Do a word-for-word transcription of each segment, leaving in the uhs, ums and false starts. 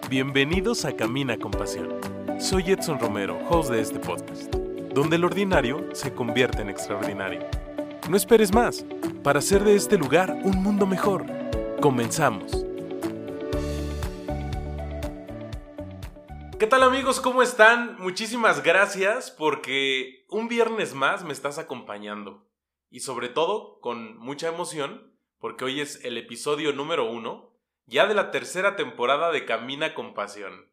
Bienvenidos a Camina con Pasión. Soy Edson Romero, host de este podcast, donde el ordinario se convierte en extraordinario. No esperes más para hacer de este lugar un mundo mejor. Comenzamos. ¿Qué tal, amigos? ¿Cómo están? Muchísimas gracias porque un viernes más me estás acompañando. Y sobre todo con mucha emoción porque hoy es el episodio número uno ya de la tercera temporada de Camina con Pasión.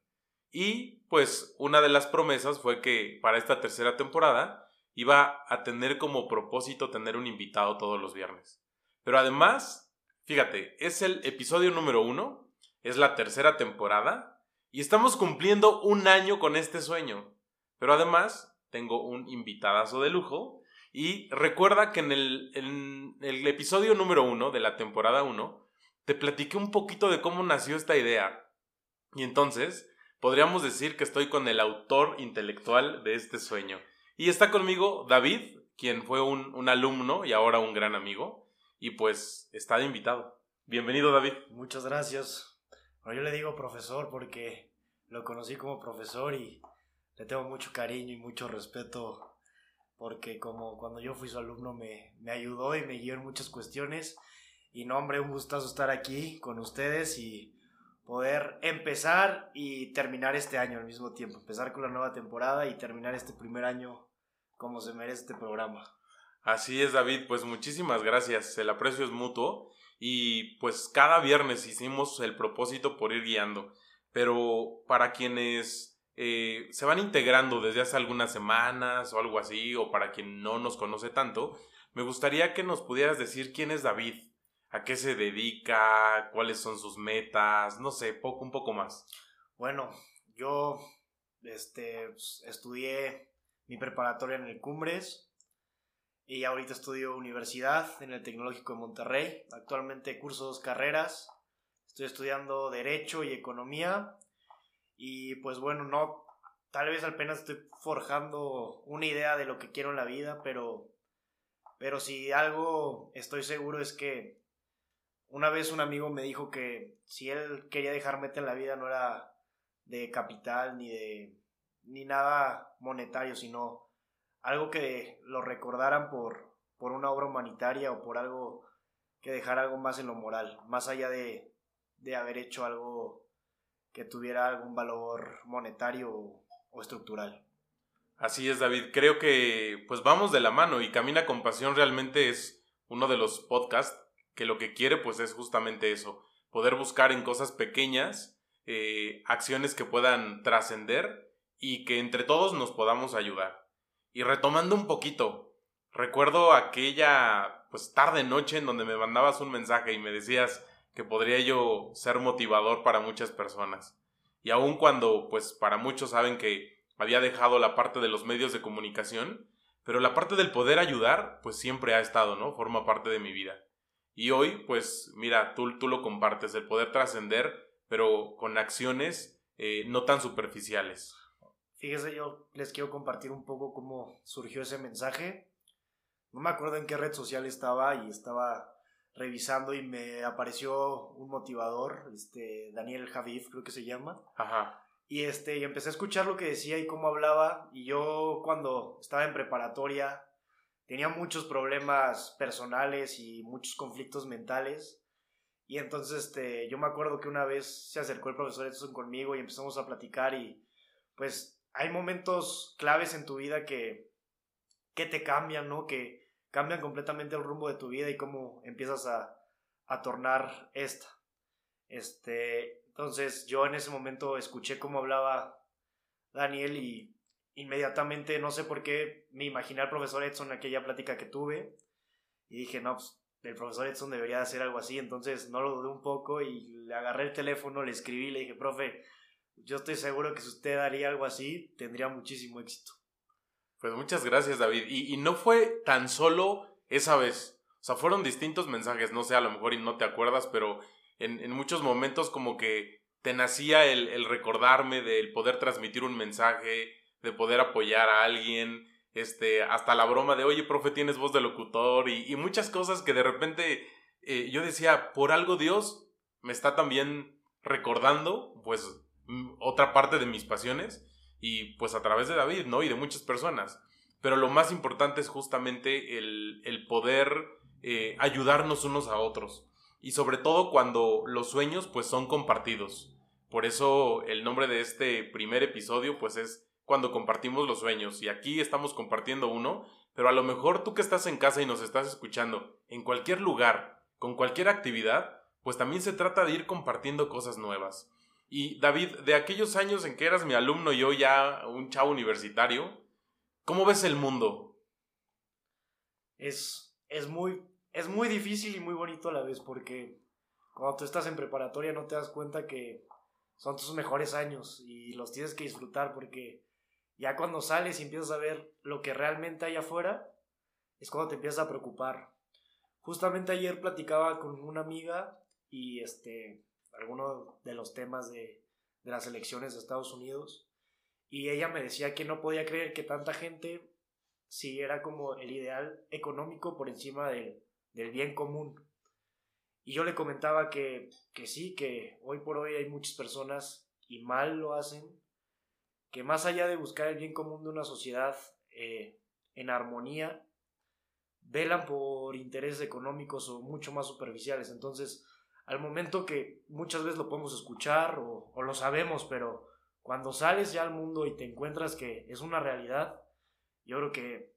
Y pues una de las promesas fue que para esta tercera temporada iba a tener como propósito tener un invitado todos los viernes. Pero además, fíjate, es el episodio número uno, es la tercera temporada y estamos cumpliendo un año con este sueño. Pero además tengo un invitadazo de lujo y recuerda que en el, en el episodio número uno de la temporada uno te platiqué un poquito de cómo nació esta idea. Y entonces podríamos decir que estoy con el autor intelectual de este sueño. Y está conmigo David, quien fue un, un alumno y ahora un gran amigo. Y pues está de invitado. Bienvenido, David. Muchas gracias. Bueno, yo le digo profesor porque lo conocí como profesor y le tengo mucho cariño y mucho respeto. Porque como cuando yo fui su alumno me, me ayudó y me guió en muchas cuestiones. Y no, hombre, un gustazo estar aquí con ustedes y poder empezar y terminar este año al mismo tiempo. Empezar con la nueva temporada y terminar este primer año como se merece este programa. Así es, David, pues muchísimas gracias. El aprecio es mutuo y pues cada viernes hicimos el propósito por ir guiando. Pero para quienes eh, se van integrando desde hace algunas semanas o algo así, o para quien no nos conoce tanto, me gustaría que nos pudieras decir quién es David. ¿A qué se dedica? ¿Cuáles son sus metas? No sé, poco, un poco más. Bueno, yo este, estudié mi preparatoria en el Cumbres y ahorita estudio universidad en el Tecnológico de Monterrey. Actualmente curso dos carreras. Estoy estudiando Derecho y Economía. Y pues bueno, no, tal vez apenas estoy forjando una idea de lo que quiero en la vida, pero, pero si algo estoy seguro es que una vez un amigo me dijo que si él quería dejar meta en la vida no era de capital ni de ni nada monetario, sino algo que lo recordaran por, por una obra humanitaria o por algo que dejara algo más en lo moral, más allá de, de haber hecho algo que tuviera algún valor monetario o, o estructural. Así es, David. Creo que pues vamos de la mano y Camina con Pasión realmente es uno de los podcasts que lo que quiere pues es justamente eso, poder buscar en cosas pequeñas eh, acciones que puedan trascender y que entre todos nos podamos ayudar. Y retomando un poquito, recuerdo aquella pues tarde-noche en donde me mandabas un mensaje y me decías que podría yo ser motivador para muchas personas. Y aun cuando pues para muchos saben que había dejado la parte de los medios de comunicación, pero la parte del poder ayudar pues siempre ha estado, ¿no? Forma parte de mi vida. Y hoy, pues, mira, tú, tú lo compartes, el poder trascender, pero con acciones eh, no tan superficiales. Fíjese, yo les quiero compartir un poco cómo surgió ese mensaje. No me acuerdo en qué red social estaba y estaba revisando y me apareció un motivador, este, Daniel Javif, creo que se llama. Ajá. Y, este, y empecé a escuchar lo que decía y cómo hablaba. Y yo cuando estaba en preparatoria tenía muchos problemas personales y muchos conflictos mentales. Y entonces este, yo me acuerdo que una vez se acercó el profesor Edson conmigo y empezamos a platicar. Y pues hay momentos claves en tu vida que, que te cambian, ¿no? Que cambian completamente el rumbo de tu vida y cómo empiezas a, a tornar esta. Este, entonces yo en ese momento escuché cómo hablaba Daniel y inmediatamente, no sé por qué, me imaginé al profesor Edson en aquella plática que tuve y dije, no, pues el profesor Edson debería hacer algo así. Entonces no lo dudé un poco y le agarré el teléfono, le escribí y le dije, profe, yo estoy seguro que si usted haría algo así, tendría muchísimo éxito. Pues muchas gracias, David. Y, y no fue tan solo esa vez, o sea, fueron distintos mensajes, no sé, a lo mejor y no te acuerdas, pero en, en muchos momentos como que te nacía el, el recordarme del poder transmitir un mensaje, de poder apoyar a alguien, este, hasta la broma de, oye, profe, tienes voz de locutor, y, y muchas cosas que de repente eh, yo decía, por algo Dios me está también recordando, pues, mm, otra parte de mis pasiones, y pues a través de David, ¿no? Y de muchas personas. Pero lo más importante es justamente el, el poder eh, ayudarnos unos a otros. Y sobre todo cuando los sueños pues son compartidos. Por eso el nombre de este primer episodio pues es Cuando compartimos los sueños. Y aquí estamos compartiendo uno, pero a lo mejor tú que estás en casa y nos estás escuchando, en cualquier lugar, con cualquier actividad, pues también se trata de ir compartiendo cosas nuevas. Y David, de aquellos años en que eras mi alumno y yo ya un chavo universitario, ¿cómo ves el mundo? Es, es, muy, es muy difícil y muy bonito a la vez, porque cuando tú estás en preparatoria no te das cuenta que son tus mejores años y los tienes que disfrutar, porque ya cuando sales y empiezas a ver lo que realmente hay afuera, es cuando te empiezas a preocupar. Justamente ayer platicaba con una amiga y este, alguno de los temas de, de las elecciones de Estados Unidos, y ella me decía que no podía creer que tanta gente siguiera como el ideal económico por encima de, del bien común. Y yo le comentaba que, que sí, que hoy por hoy hay muchas personas, y mal lo hacen, que más allá de buscar el bien común de una sociedad eh, en armonía, velan por intereses económicos o mucho más superficiales. Entonces, al momento que muchas veces lo podemos escuchar o, o lo sabemos, pero cuando sales ya al mundo y te encuentras que es una realidad, yo creo que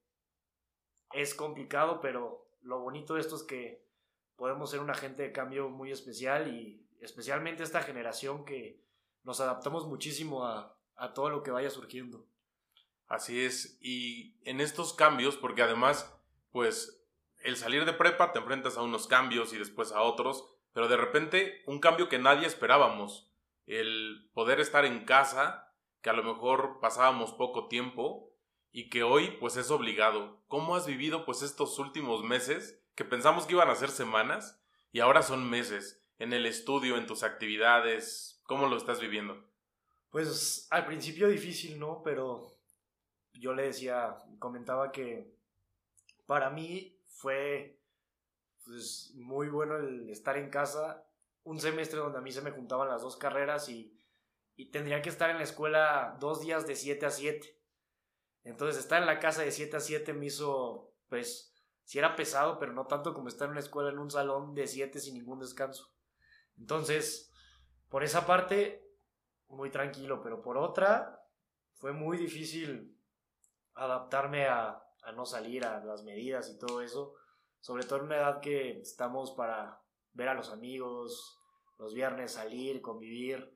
es complicado, pero lo bonito de esto es que podemos ser un agente de cambio muy especial, y especialmente esta generación que nos adaptamos muchísimo a, a todo lo que vaya surgiendo. Así es, y en estos cambios, porque además, pues, el salir de prepa te enfrentas a unos cambios y después a otros, pero de repente un cambio que nadie esperábamos, el poder estar en casa, que a lo mejor pasábamos poco tiempo y que hoy pues es obligado. ¿Cómo has vivido pues estos últimos meses que pensamos que iban a ser semanas y ahora son meses en el estudio, en tus actividades? ¿Cómo lo estás viviendo? Pues al principio difícil, ¿no? Pero yo le decía, comentaba que para mí fue pues muy bueno el estar en casa. Un semestre donde a mí se me juntaban las dos carreras y, y tendría que estar en la escuela dos días de siete a siete. Entonces estar en la casa de siete a siete me hizo, pues, sí era pesado, pero no tanto como estar en una escuela en un salón de siete sin ningún descanso. Entonces, por esa parte, muy tranquilo, pero por otra, fue muy difícil adaptarme a, a no salir, a las medidas y todo eso, sobre todo en una edad que estamos para ver a los amigos, los viernes salir, convivir,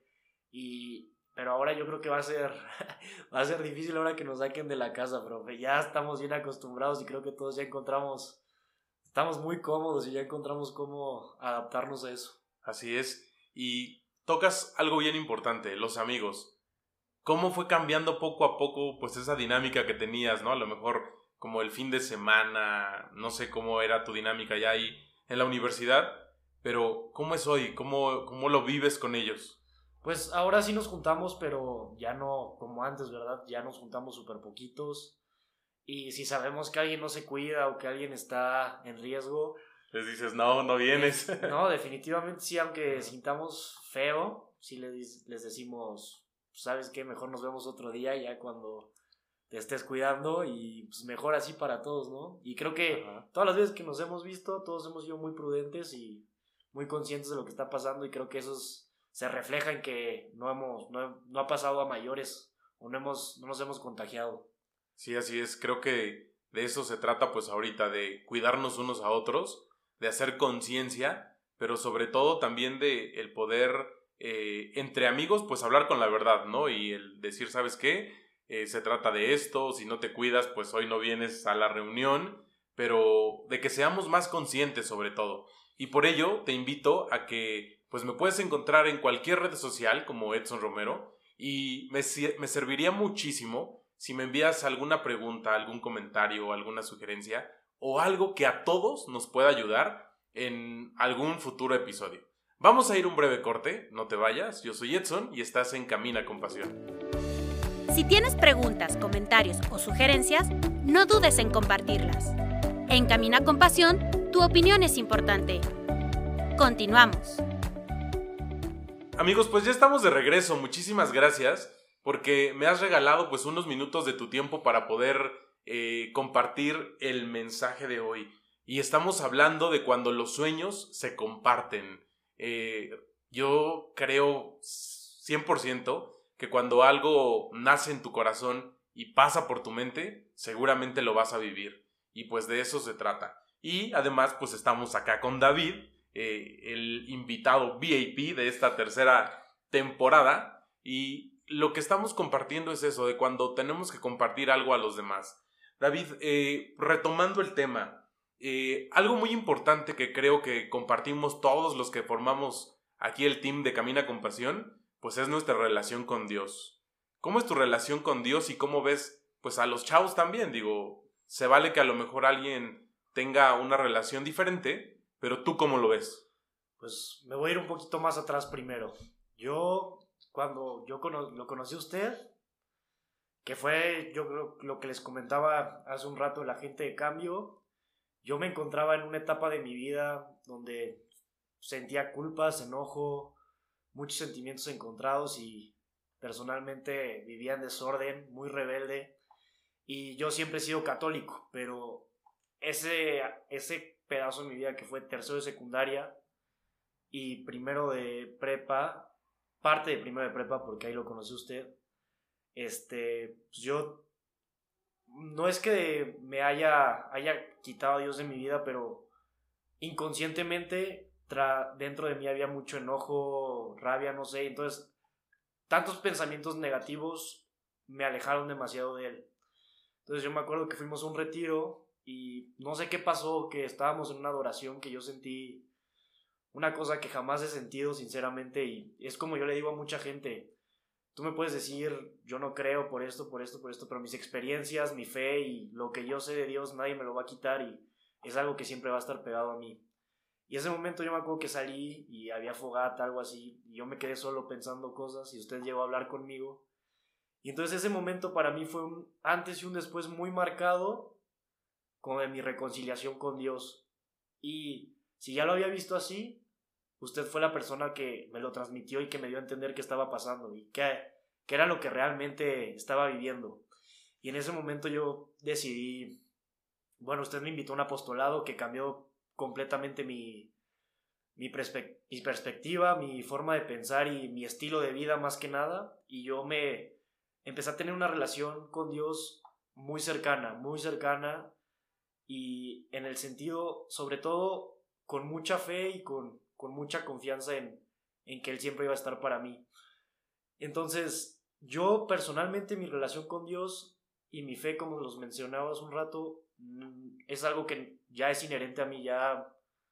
y pero ahora yo creo que va a ser va a ser difícil ahora que nos saquen de la casa, profe. Ya estamos bien acostumbrados y creo que todos ya encontramos, estamos muy cómodos y ya encontramos cómo adaptarnos a eso. Así es, y tocas algo bien importante, los amigos. ¿Cómo fue cambiando poco a poco pues esa dinámica que tenías, ¿no? A lo mejor como el fin de semana, no sé cómo era tu dinámica ya ahí en la universidad, pero ¿cómo es hoy? ¿Cómo, cómo lo vives con ellos? Pues ahora sí nos juntamos, pero ya no como antes, ¿verdad? Ya nos juntamos súper poquitos, y si sabemos que alguien no se cuida o que alguien está en riesgo, les dices, no, no vienes. No, definitivamente sí, aunque sintamos feo, sí les, les decimos, ¿sabes qué? Mejor nos vemos otro día ya cuando te estés cuidando, y pues mejor así para todos, ¿no? Y creo que Ajá. todas las veces que nos hemos visto, todos hemos sido muy prudentes y muy conscientes de lo que está pasando, y creo que eso es, se refleja en que no hemos no, no ha pasado a mayores o no, hemos, no nos hemos contagiado. Sí, así es. Creo que de eso se trata pues ahorita, de cuidarnos unos a otros, de hacer conciencia, pero sobre todo también de el poder eh, entre amigos pues hablar con la verdad, ¿no? Y el decir, ¿sabes qué? Eh, se trata de esto, si no te cuidas pues hoy no vienes a la reunión, pero de que seamos más conscientes sobre todo. Y por ello te invito a que pues me puedes encontrar en cualquier red social como Edson Romero, y me, me serviría muchísimo si me envías alguna pregunta, algún comentario, alguna sugerencia o algo que a todos nos pueda ayudar en algún futuro episodio. Vamos a ir un breve corte, no te vayas, yo soy Edson y estás en Camina con Pasión. Si tienes preguntas, comentarios o sugerencias, no dudes en compartirlas. En Camina con Pasión, tu opinión es importante. Continuamos. Amigos, pues ya estamos de regreso. Muchísimas gracias porque me has regalado pues unos minutos de tu tiempo para poder eh, compartir el mensaje de hoy. Y estamos hablando de cuando los sueños se comparten. Eh, yo creo cien por ciento que cuando algo nace en tu corazón y pasa por tu mente, seguramente lo vas a vivir. Y pues de eso se trata. Y además pues estamos acá con David, eh, el invitado V I P de esta tercera temporada. Y lo que estamos compartiendo es eso, de cuando tenemos que compartir algo a los demás. David, eh, retomando el tema, eh, algo muy importante que creo que compartimos todos los que formamos aquí el team de Camina con Pasión, pues es nuestra relación con Dios. ¿Cómo es tu relación con Dios y cómo ves pues a los chavos también? Digo, se vale que a lo mejor alguien tenga una relación diferente, pero ¿tú cómo lo ves? Pues me voy a ir un poquito más atrás primero. Yo, cuando yo cono- lo conocí a usted, que fue yo creo lo que les comentaba hace un rato, la gente de cambio, yo me encontraba en una etapa de mi vida donde sentía culpas, enojo, muchos sentimientos encontrados y personalmente vivía en desorden, muy rebelde. Y yo siempre he sido católico, pero ese, ese pedazo de mi vida que fue tercero de secundaria y primero de prepa, parte de primero de prepa porque ahí lo conocí usted, este, pues yo no es que me haya, haya quitado a Dios de mi vida, pero inconscientemente tra- dentro de mí había mucho enojo, rabia, no sé, entonces tantos pensamientos negativos me alejaron demasiado de él. Entonces yo me acuerdo que fuimos a un retiro y no sé qué pasó, que estábamos en una adoración que yo sentí una cosa que jamás he sentido sinceramente, y es como yo le digo a mucha gente, tú me puedes decir yo no creo por esto, por esto, por esto, pero mis experiencias, mi fe y lo que yo sé de Dios nadie me lo va a quitar y es algo que siempre va a estar pegado a mí. Y ese momento yo me acuerdo que salí y había fogata, algo así, y yo me quedé solo pensando cosas y usted llegó a hablar conmigo. Y entonces ese momento para mí fue un antes y un después muy marcado como de mi reconciliación con Dios. Y si ya lo había visto así, usted fue la persona que me lo transmitió y que me dio a entender qué estaba pasando y qué, qué era lo que realmente estaba viviendo. Y en ese momento yo decidí, bueno, usted me invitó a un apostolado que cambió completamente mi, mi, perspe- mi perspectiva, mi forma de pensar y mi estilo de vida más que nada. Y yo me empecé a tener una relación con Dios muy cercana, muy cercana y en el sentido, sobre todo, con mucha fe y con, con mucha confianza en, en que Él siempre iba a estar para mí. Entonces, yo personalmente mi relación con Dios y mi fe, como los mencionaba hace un rato, es algo que ya es inherente a mí, ya,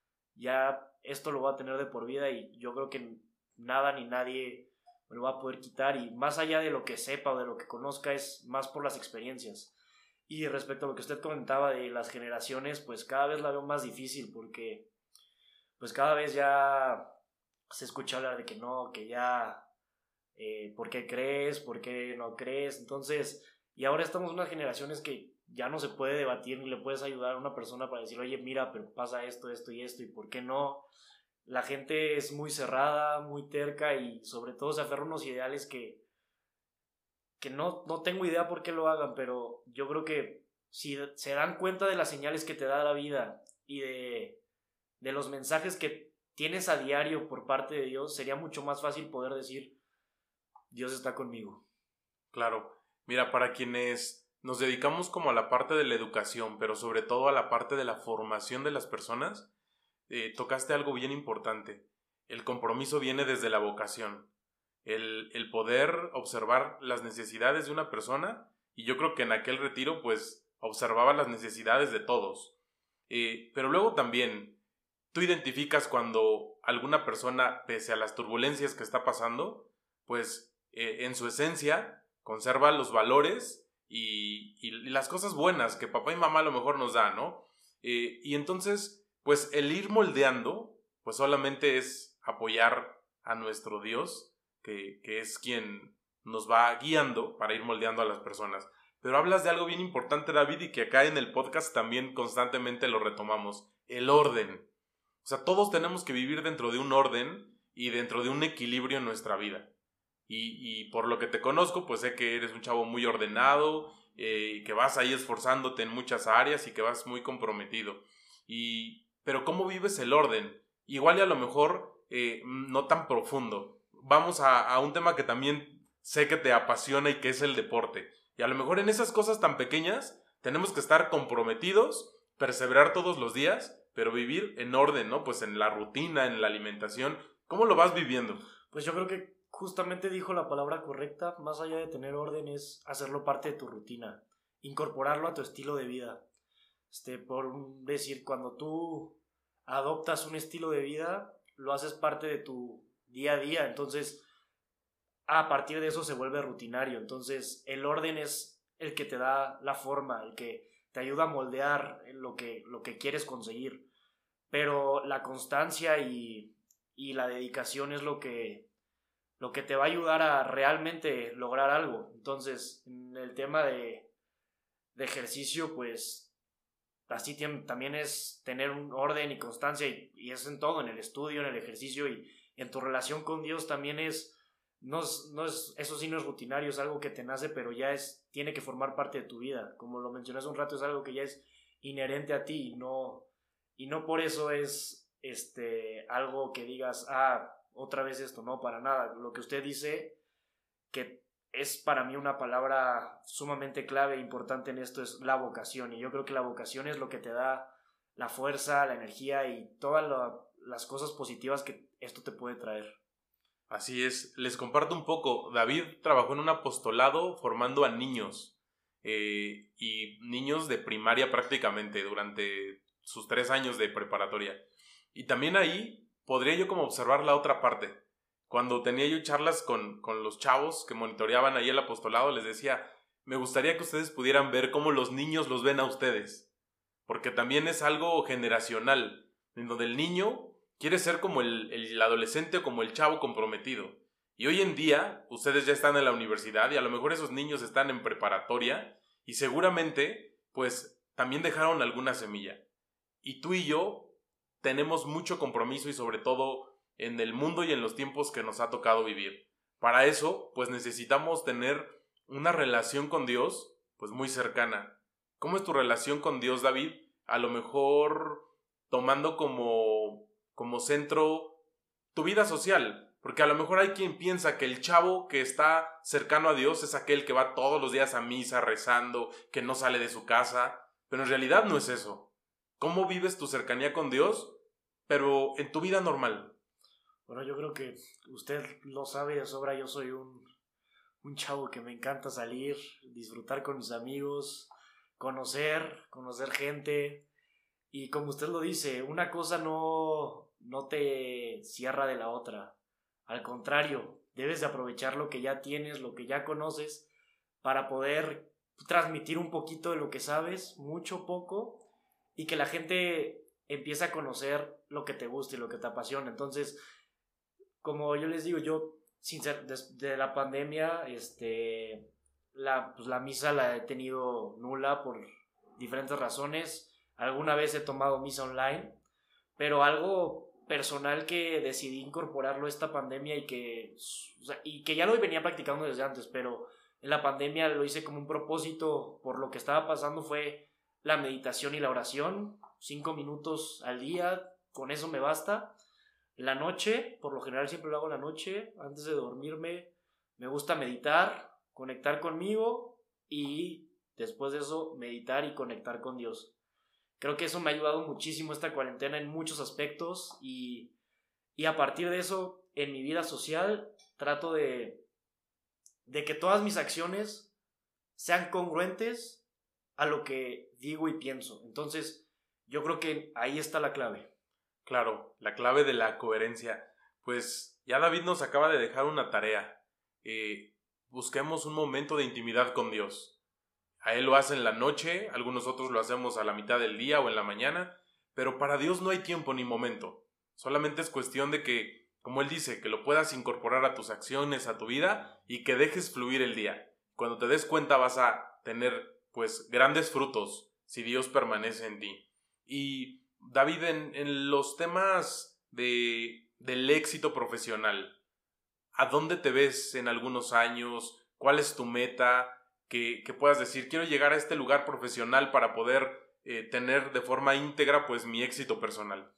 ya esto lo voy a tener de por vida y yo creo que nada ni nadie me lo va a poder quitar, y más allá de lo que sepa o de lo que conozca es más por las experiencias. Y respecto a lo que usted comentaba de las generaciones, pues cada vez la veo más difícil porque pues cada vez ya se escucha hablar de que no, que ya eh, ¿por qué crees? ¿Por qué no crees? Entonces, y ahora estamos en unas generaciones que ya no se puede debatir ni le puedes ayudar a una persona para decir, oye, mira, pero pasa esto, esto y esto, y ¿por qué no? La gente es muy cerrada, muy terca y sobre todo se aferra a unos ideales que, que no, no tengo idea por qué lo hagan, pero yo creo que si se dan cuenta de las señales que te da la vida y de, de los mensajes que tienes a diario por parte de Dios, sería mucho más fácil poder decir, Dios está conmigo. Claro, mira, para quienes nos dedicamos como a la parte de la educación, pero sobre todo a la parte de la formación de las personas, eh, tocaste algo bien importante. El compromiso viene desde la vocación, el, el poder observar las necesidades de una persona, y yo creo que en aquel retiro pues observaba las necesidades de todos. Eh, pero luego también tú identificas cuando alguna persona, pese a las turbulencias que está pasando, pues eh, en su esencia conserva los valores y, y, y las cosas buenas que papá y mamá a lo mejor nos dan, ¿no? Eh, y entonces, pues el ir moldeando, pues solamente es apoyar a nuestro Dios, que, que es quien nos va guiando para ir moldeando a las personas. Pero hablas de algo bien importante, David, y que acá en el podcast también constantemente lo retomamos, el orden. O sea, todos tenemos que vivir dentro de un orden y dentro de un equilibrio en nuestra vida. Y, y por lo que te conozco, pues sé que eres un chavo muy ordenado, eh, que vas ahí esforzándote en muchas áreas y que vas muy comprometido. Y, pero ¿cómo vives el orden? Igual y a lo mejor eh, no tan profundo. Vamos a, a un tema que también sé que te apasiona y que es el deporte. Y a lo mejor en esas cosas tan pequeñas tenemos que estar comprometidos, perseverar todos los días, pero vivir en orden, ¿no? Pues en la rutina, en la alimentación. ¿Cómo lo vas viviendo? Pues yo creo que justamente dijo la palabra correcta. Más allá de tener orden es hacerlo parte de tu rutina, incorporarlo a tu estilo de vida. Este, por decir, cuando tú adoptas un estilo de vida, lo haces parte de tu día a día, entonces a partir de eso se vuelve rutinario. Entonces el orden es el que te da la forma, el que te ayuda a moldear lo que, lo que quieres conseguir, pero la constancia y, y la dedicación es lo que, lo que te va a ayudar a realmente lograr algo. Entonces en el tema de, de ejercicio, pues así tiene, también es tener un orden y constancia, y, y es en todo, en el estudio, en el ejercicio, y en tu relación con Dios también es, no es, no es, eso sí no es rutinario, es algo que te nace, pero ya es, tiene que formar parte de tu vida. Como lo mencioné hace un rato, es algo que ya es inherente a ti, y no, y no por eso es este, algo que digas, ah, otra vez esto, no, para nada. Lo que usted dice, que es para mí una palabra sumamente clave e importante en esto, es la vocación. Y yo creo que la vocación es lo que te da la fuerza, la energía y todas la, las cosas positivas que esto te puede traer. Así es. Les comparto un poco. David trabajó en un apostolado formando a niños eh, y niños de primaria prácticamente durante sus tres años de preparatoria. Y también ahí podría yo como observar la otra parte. Cuando tenía yo charlas con, con los chavos que monitoreaban ahí el apostolado, les decía, me gustaría que ustedes pudieran ver cómo los niños los ven a ustedes, porque también es algo generacional, en donde el niño quiere ser como el, el adolescente o como el chavo comprometido. Y hoy en día, ustedes ya están en la universidad y a lo mejor esos niños están en preparatoria y seguramente, pues, también dejaron alguna semilla. Y tú y yo tenemos mucho compromiso y sobre todo en el mundo y en los tiempos que nos ha tocado vivir. Para eso, pues necesitamos tener una relación con Dios, pues muy cercana. ¿Cómo es tu relación con Dios, David? A lo mejor tomando como, como centro tu vida social, porque a lo mejor hay quien piensa que el chavo que está cercano a Dios es aquel que va todos los días a misa rezando, que no sale de su casa, pero en realidad no es eso. ¿Cómo vives tu cercanía con Dios, pero en tu vida normal? Bueno, yo creo que usted lo sabe de sobra. Yo soy un, un chavo que me encanta salir, disfrutar con mis amigos, conocer, conocer gente. Y como usted lo dice, una cosa no, no te cierra de la otra. Al contrario, debes de aprovechar lo que ya tienes, lo que ya conoces, para poder transmitir un poquito de lo que sabes, mucho, poco, y que la gente empiece a conocer lo que te gusta y lo que te apasiona. Entonces, como yo les digo, yo, sincer, desde la pandemia, este, la, pues la misa la he tenido nula por diferentes razones. Alguna vez he tomado misa online, pero algo personal que decidí incorporarlo esta pandemia y que, o sea, y que ya lo venía practicando desde antes, pero en la pandemia lo hice como un propósito por lo que estaba pasando, fue la meditación y la oración, cinco minutos al día, con eso me basta. La noche, por lo general siempre lo hago en la noche, antes de dormirme, me gusta meditar, conectar conmigo y después de eso meditar y conectar con Dios. Creo que eso me ha ayudado muchísimo esta cuarentena en muchos aspectos y, y a partir de eso, en mi vida social, trato de, de que todas mis acciones sean congruentes a lo que digo y pienso. Entonces, yo creo que ahí está la clave. Claro, la clave de la coherencia. Pues ya David nos acaba de dejar una tarea. Eh, busquemos un momento de intimidad con Dios. A Él lo hace en la noche, algunos otros lo hacemos a la mitad del día o en la mañana, pero para Dios no hay tiempo ni momento. Solamente es cuestión de que, como Él dice, que lo puedas incorporar a tus acciones, a tu vida y que dejes fluir el día. Cuando te des cuenta vas a tener, pues, grandes frutos si Dios permanece en ti. Y David, en, en los temas de del éxito profesional. ¿A dónde te ves en algunos años? ¿Cuál es tu meta? Que, que puedas decir, quiero llegar a este lugar profesional para poder eh, tener de forma íntegra pues mi éxito personal.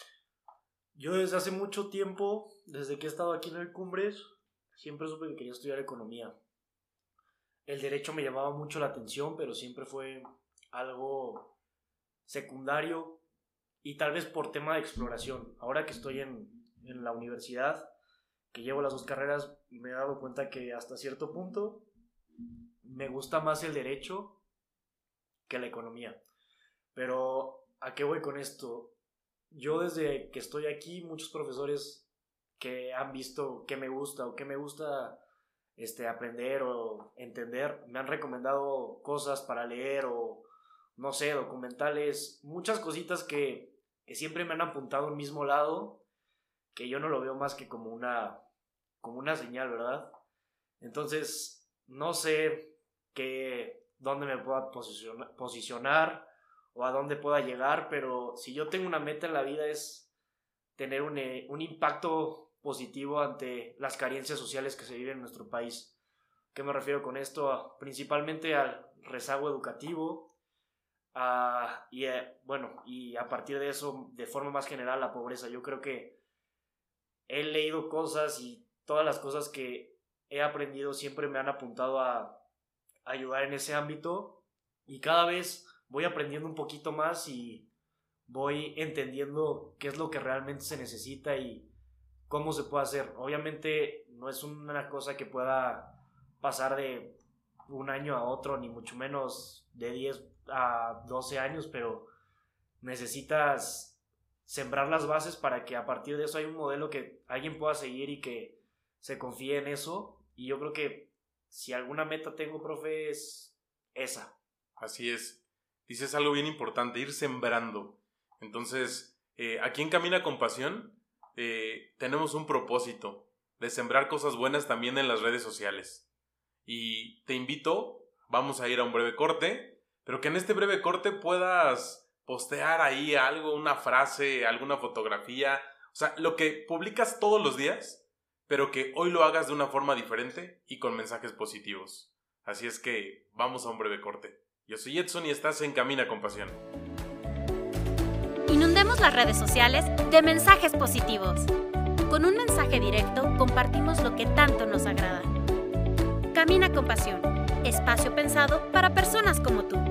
Yo desde hace mucho tiempo, desde que he estado aquí en el Cumbres, siempre supe que quería estudiar economía. El derecho me llamaba mucho la atención, pero siempre fue algo secundario y tal vez por tema de exploración. Ahora que estoy en, en la universidad, que llevo las dos carreras, me he dado cuenta que hasta cierto punto me gusta más el derecho que la economía. Pero ¿a qué voy con esto? Yo desde que estoy aquí, muchos profesores que han visto qué me gusta o qué me gusta este, aprender o entender, me han recomendado cosas para leer o, no sé, documentales, muchas cositas que, que siempre me han apuntado a un mismo lado, que yo no lo veo más que como una, como una señal, ¿verdad? Entonces, no sé qué, dónde me pueda posicionar, posicionar o a dónde pueda llegar, pero si yo tengo una meta en la vida es tener un, un impacto positivo ante las carencias sociales que se viven en nuestro país. ¿Qué me refiero con esto? Principalmente al rezago educativo a, y, a, bueno, y a partir de eso, de forma más general, la pobreza. Yo creo que he leído cosas y todas las cosas que he aprendido siempre me han apuntado a, a ayudar en ese ámbito y cada vez voy aprendiendo un poquito más y voy entendiendo qué es lo que realmente se necesita y cómo se puede hacer. Obviamente no es una cosa que pueda pasar de un año a otro, ni mucho menos de diez a doce años, pero necesitas sembrar las bases para que a partir de eso haya un modelo que alguien pueda seguir y que se confíe en eso. Y yo creo que si alguna meta tengo, profe, es esa. Así es. Dices algo bien importante, ir sembrando. Entonces, eh, aquí en Camina con Pasión eh, tenemos un propósito de sembrar cosas buenas también en las redes sociales. Y te invito, vamos a ir a un breve corte, pero que en este breve corte puedas postear ahí algo, una frase, alguna fotografía, o sea, lo que publicas todos los días, pero que hoy lo hagas de una forma diferente y con mensajes positivos. Así es que vamos a un breve corte. Yo soy Edson y estás en Camina con Pasión. Inundemos las redes sociales de mensajes positivos. Con un mensaje directo compartimos lo que tanto nos agrada. Camina con Pasión, espacio pensado para personas como tú.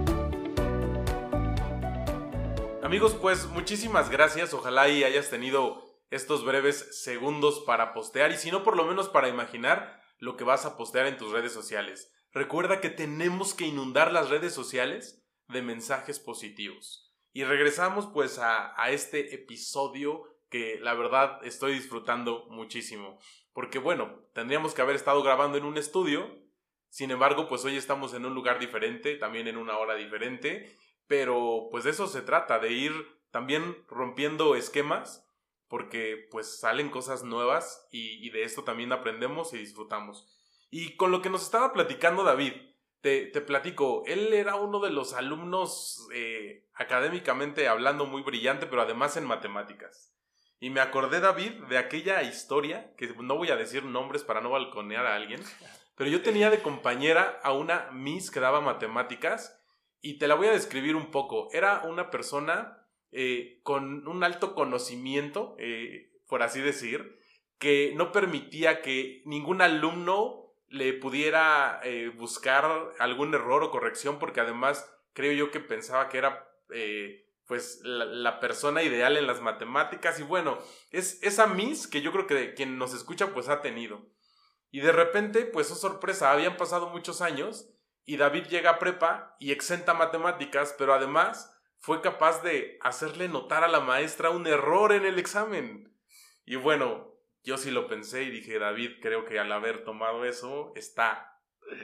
Amigos, pues muchísimas gracias. Ojalá y hayas tenido estos breves segundos para postear y si no, por lo menos para imaginar lo que vas a postear en tus redes sociales. Recuerda que tenemos que inundar las redes sociales de mensajes positivos. Y regresamos pues a, a este episodio que la verdad estoy disfrutando muchísimo. Porque bueno, tendríamos que haber estado grabando en un estudio. Sin embargo, pues hoy estamos en un lugar diferente, también en una hora diferente. Pero pues de eso se trata, de ir también rompiendo esquemas. Porque pues salen cosas nuevas y, y de esto también aprendemos y disfrutamos. Y con lo que nos estaba platicando David, te, te platico, él era uno de los alumnos eh, académicamente hablando muy brillante, pero además en matemáticas. Y me acordé, David, de aquella historia, que no voy a decir nombres para no balconear a alguien, pero yo tenía de compañera a una Miss que daba matemáticas y te la voy a describir un poco. Era una persona eh, con un alto conocimiento, eh, por así decir, que no permitía que ningún alumno le pudiera eh, buscar algún error o corrección, porque además creo yo que pensaba que era eh, pues la, la persona ideal en las matemáticas. Y bueno, es esa Miss que yo creo que quien nos escucha pues ha tenido. Y de repente, pues oh sorpresa, habían pasado muchos años y David llega a prepa y exenta matemáticas, pero además fue capaz de hacerle notar a la maestra un error en el examen. Y bueno, yo sí lo pensé y dije, David, creo que al haber tomado eso está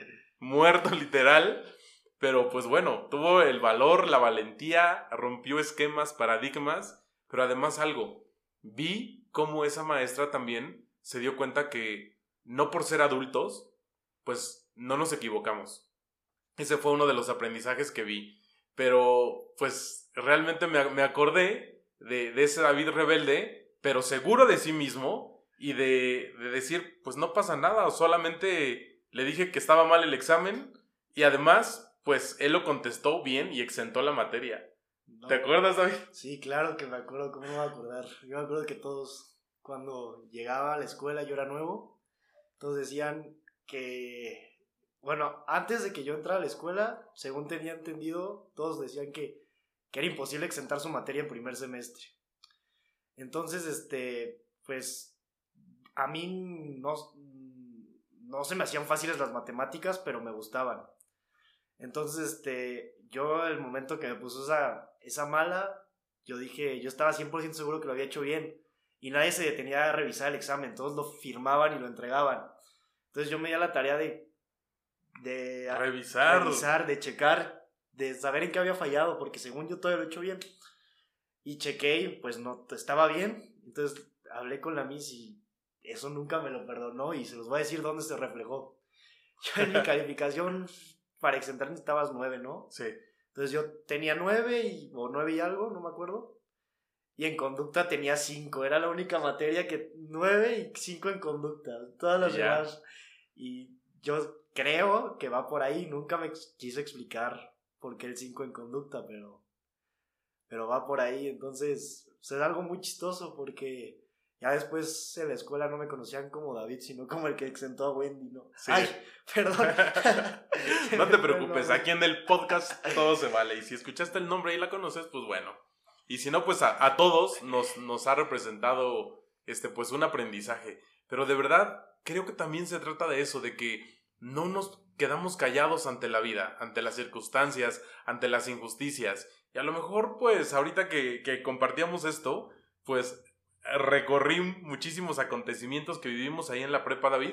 muerto literal. Pero pues bueno, tuvo el valor, la valentía, rompió esquemas, paradigmas. Pero además algo, vi cómo esa maestra también se dio cuenta que no por ser adultos, pues no nos equivocamos. Ese fue uno de los aprendizajes que vi. Pero pues realmente me, me acordé de, de ese David rebelde, pero seguro de sí mismo y de, de decir, pues no pasa nada, o solamente le dije que estaba mal el examen y además, pues él lo contestó bien y exentó la materia. No, ¿te acuerdas, David? Sí, claro que me acuerdo, ¿cómo no me voy a acordar? Yo me acuerdo que todos, cuando llegaba a la escuela, yo era nuevo, todos decían que, bueno, antes de que yo entrara a la escuela, según tenía entendido, todos decían que, que era imposible exentar su materia en primer semestre. Entonces, este, pues, a mí no, no se me hacían fáciles las matemáticas, pero me gustaban. Entonces, este, yo el momento que me puso esa, esa mala, yo dije, yo estaba cien por ciento seguro que lo había hecho bien. Y nadie se detenía a revisar el examen, todos lo firmaban y lo entregaban. Entonces yo me di a la tarea de, de revisar. revisar, de checar, de saber en qué había fallado, porque según yo todo lo he hecho bien. Y chequé y pues no, estaba bien. Entonces hablé con la Miss y eso nunca me lo perdonó y se los voy a decir dónde se reflejó. Yo en mi calificación para exentar necesitabas nueve, ¿no? Sí. Entonces yo tenía nueve y, o nueve y algo, no me acuerdo. Y en conducta tenía cinco. Era la única materia que nueve y cinco en conducta. Todas las yeah. demás. Y yo creo que va por ahí. Nunca me quiso explicar por qué el cinco en conducta, pero, pero va por ahí. Entonces, pues es algo muy chistoso porque ya después en la escuela no me conocían como David, sino como el que exentó a Wendy, ¿no? Sí. Ay, perdón. No te preocupes, aquí en el podcast todo se vale. Y si escuchaste el nombre y la conoces, pues bueno. Y si no, pues a, a todos nos, nos ha representado este, pues un aprendizaje. Pero de verdad, creo que también se trata de eso, de que no nos quedamos callados ante la vida, ante las circunstancias, ante las injusticias. Y a lo mejor, pues, ahorita que, que compartíamos esto, pues, recorrí muchísimos acontecimientos que vivimos ahí en la prepa, David,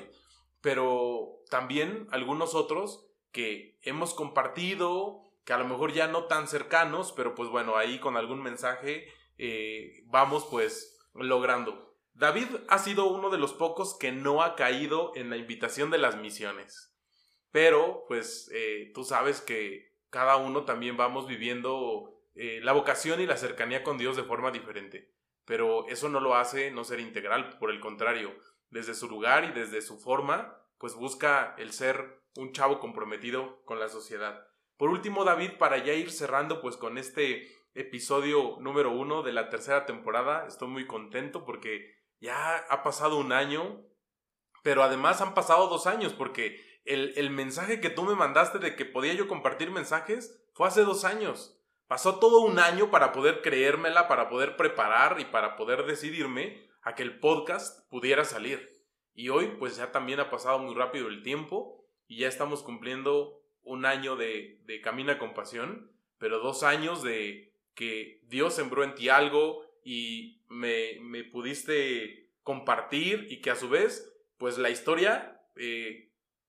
pero también algunos otros que hemos compartido, que a lo mejor ya no tan cercanos, pero pues bueno, ahí con algún mensaje eh, vamos pues logrando. David ha sido uno de los pocos que no ha caído en la invitación de las misiones, pero pues eh, tú sabes que cada uno también vamos viviendo eh, la vocación y la cercanía con Dios de forma diferente, pero eso no lo hace no ser integral, por el contrario, desde su lugar y desde su forma, pues busca el ser un chavo comprometido con la sociedad. Por último, David, para ya ir cerrando pues con este episodio número uno de la tercera temporada, estoy muy contento porque ya ha pasado un año, pero además han pasado dos años porque el, el mensaje que tú me mandaste de que podía yo compartir mensajes fue hace dos años. Pasó todo un año para poder creérmela, para poder preparar y para poder decidirme a que el podcast pudiera salir. Y hoy pues ya también ha pasado muy rápido el tiempo y ya estamos cumpliendo un año de, de Camina con Pasión, pero dos años de que Dios sembró en ti algo y me, me pudiste compartir y que a su vez, pues la historia eh,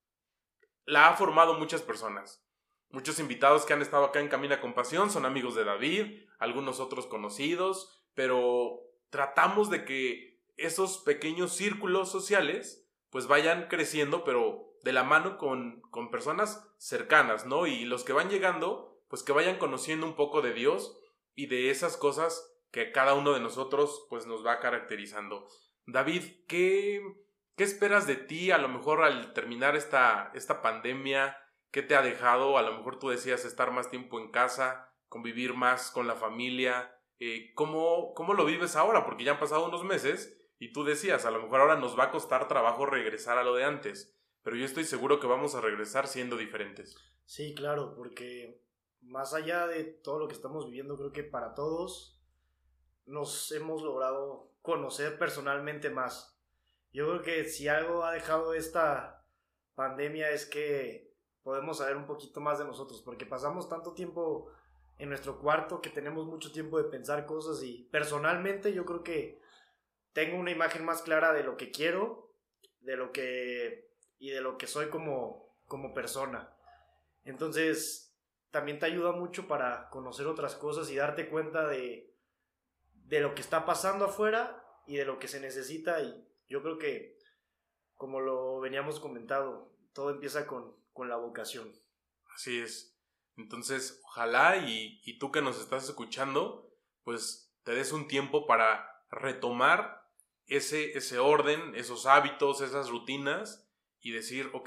la ha formado muchas personas. Muchos invitados que han estado acá en Camina con Pasión son amigos de David, algunos otros conocidos, pero tratamos de que esos pequeños círculos sociales pues vayan creciendo, pero de la mano con, con personas cercanas, ¿no? Y los que van llegando, pues que vayan conociendo un poco de Dios y de esas cosas que cada uno de nosotros, pues nos va caracterizando. David, ¿qué, qué esperas de ti a lo mejor al terminar esta, esta pandemia? ¿Qué te ha dejado? A lo mejor tú decías estar más tiempo en casa, convivir más con la familia. Eh, ¿cómo, ¿Cómo lo vives ahora? Porque ya han pasado unos meses y tú decías, a lo mejor ahora nos va a costar trabajo regresar a lo de antes. Pero yo estoy seguro que vamos a regresar siendo diferentes. Sí, claro, porque más allá de todo lo que estamos viviendo, creo que para todos nos hemos logrado conocer personalmente más. Yo creo que si algo ha dejado esta pandemia es que podemos saber un poquito más de nosotros, porque pasamos tanto tiempo en nuestro cuarto que tenemos mucho tiempo de pensar cosas y personalmente yo creo que tengo una imagen más clara de lo que quiero, de lo que... y de lo que soy como, como persona. Entonces, también te ayuda mucho para conocer otras cosas y darte cuenta de, de lo que está pasando afuera y de lo que se necesita. Y yo creo que, como lo veníamos comentando, todo empieza con, con la vocación. Así es. Entonces, ojalá y, y tú que nos estás escuchando, pues te des un tiempo para retomar ese, ese orden, esos hábitos, esas rutinas y decir, ok,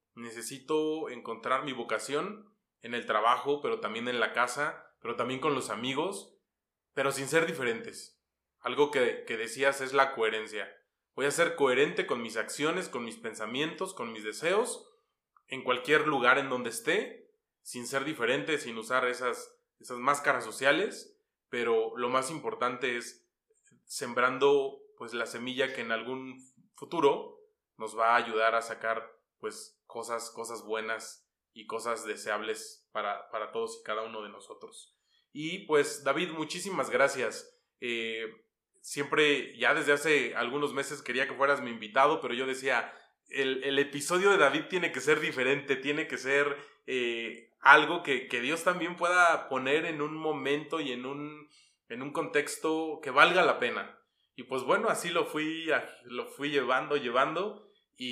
necesito encontrar mi vocación en el trabajo, pero también en la casa, pero también con los amigos, pero sin ser diferentes. Algo que, que decías es la coherencia. Voy a ser coherente con mis acciones, con mis pensamientos, con mis deseos, en cualquier lugar en donde esté, sin ser diferente, sin usar esas, esas máscaras sociales, pero lo más importante es sembrando pues la semilla que en algún futuro nos va a ayudar a sacar pues cosas, cosas buenas y cosas deseables para, para todos y cada uno de nosotros. Y pues David, muchísimas gracias. Eh, siempre, ya desde hace algunos meses quería que fueras mi invitado, pero yo decía, el, el episodio de David tiene que ser diferente, tiene que ser eh, algo que, que Dios también pueda poner en un momento y en un, en un contexto que valga la pena. Y pues bueno, así lo fui, lo fui llevando, llevando,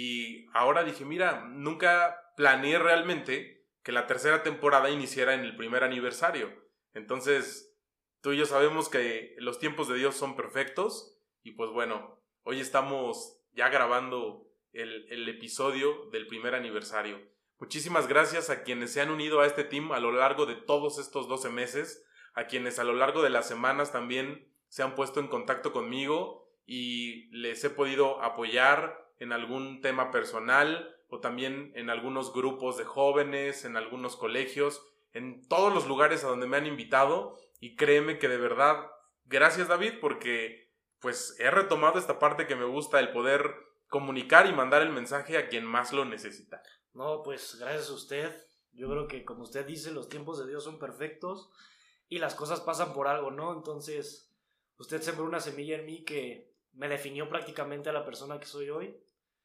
y ahora dije, mira, nunca planeé realmente que la tercera temporada iniciara en el primer aniversario. Entonces, tú y yo sabemos que los tiempos de Dios son perfectos, y pues bueno, hoy estamos ya grabando el, el episodio del primer aniversario. Muchísimas gracias a quienes se han unido a este team a lo largo de todos estos doce meses, a quienes a lo largo de las semanas también se han puesto en contacto conmigo y les he podido apoyar en algún tema personal o también en algunos grupos de jóvenes, en algunos colegios, en todos los lugares a donde me han invitado. Y créeme que de verdad, gracias David, porque pues he retomado esta parte que me gusta, el poder comunicar y mandar el mensaje a quien más lo necesita. No, pues gracias a usted. Yo creo que como usted dice, los tiempos de Dios son perfectos y las cosas pasan por algo, ¿no? Entonces, usted sembró una semilla en mí que me definió prácticamente a la persona que soy hoy.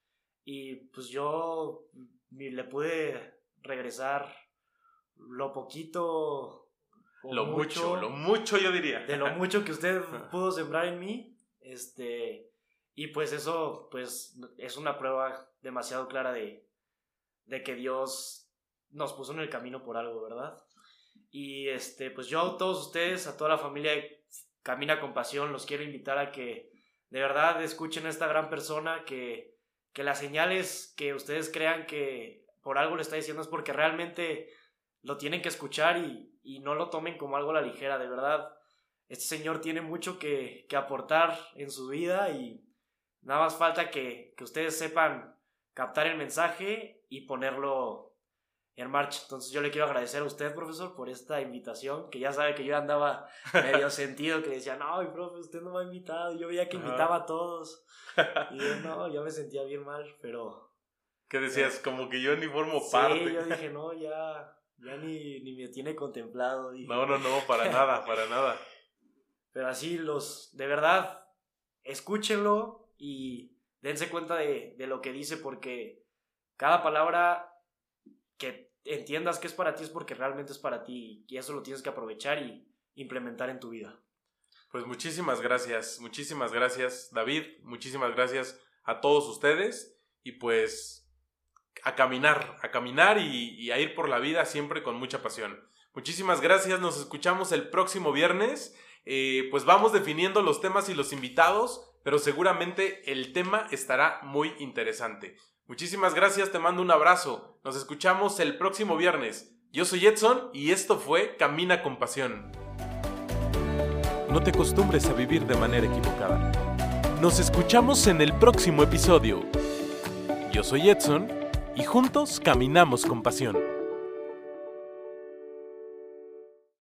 Y pues yo le pude regresar lo poquito... Lo mucho, mucho, lo mucho yo diría. De lo mucho que usted pudo sembrar en mí. Este, y pues eso pues es una prueba demasiado clara de, de que Dios nos puso en el camino por algo, ¿verdad? Y este, pues yo a todos ustedes, a toda la familia de Camina con Pasión, los quiero invitar a que de verdad escuchen a esta gran persona, que, que las señales que ustedes crean que por algo le está diciendo es porque realmente lo tienen que escuchar y, y no lo tomen como algo a la ligera. De verdad, este señor tiene mucho que, que aportar en su vida y nada más falta que, que ustedes sepan captar el mensaje y ponerlo en marcha. Entonces yo le quiero agradecer a usted, profesor, por esta invitación, que ya sabe que yo andaba medio sentido, que decía, no, profe, usted no me ha invitado, yo veía que invitaba a todos, y yo no, yo me sentía bien mal, pero... ¿Qué decías? Eh, como que yo ni formo sí, parte. Sí, yo dije, no, ya, ya ni, ni me tiene contemplado. Dije. No, no, no, para nada, para nada. Pero así, los, de verdad, escúchenlo y dense cuenta de, de lo que dice, porque cada palabra que entiendas que es para ti es porque realmente es para ti, y eso lo tienes que aprovechar y implementar en tu vida. Pues muchísimas gracias, muchísimas gracias David, muchísimas gracias a todos ustedes, y pues a caminar, a caminar y, y a ir por la vida siempre con mucha pasión. Muchísimas gracias, nos escuchamos el próximo viernes. Eh, pues vamos definiendo los temas y los invitados, pero seguramente el tema estará muy interesante. Muchísimas gracias, te mando un abrazo. Nos escuchamos el próximo viernes. Yo soy Edson y esto fue Camina con Pasión. No te acostumbres a vivir de manera equivocada. Nos escuchamos en el próximo episodio. Yo soy Edson y juntos caminamos con pasión.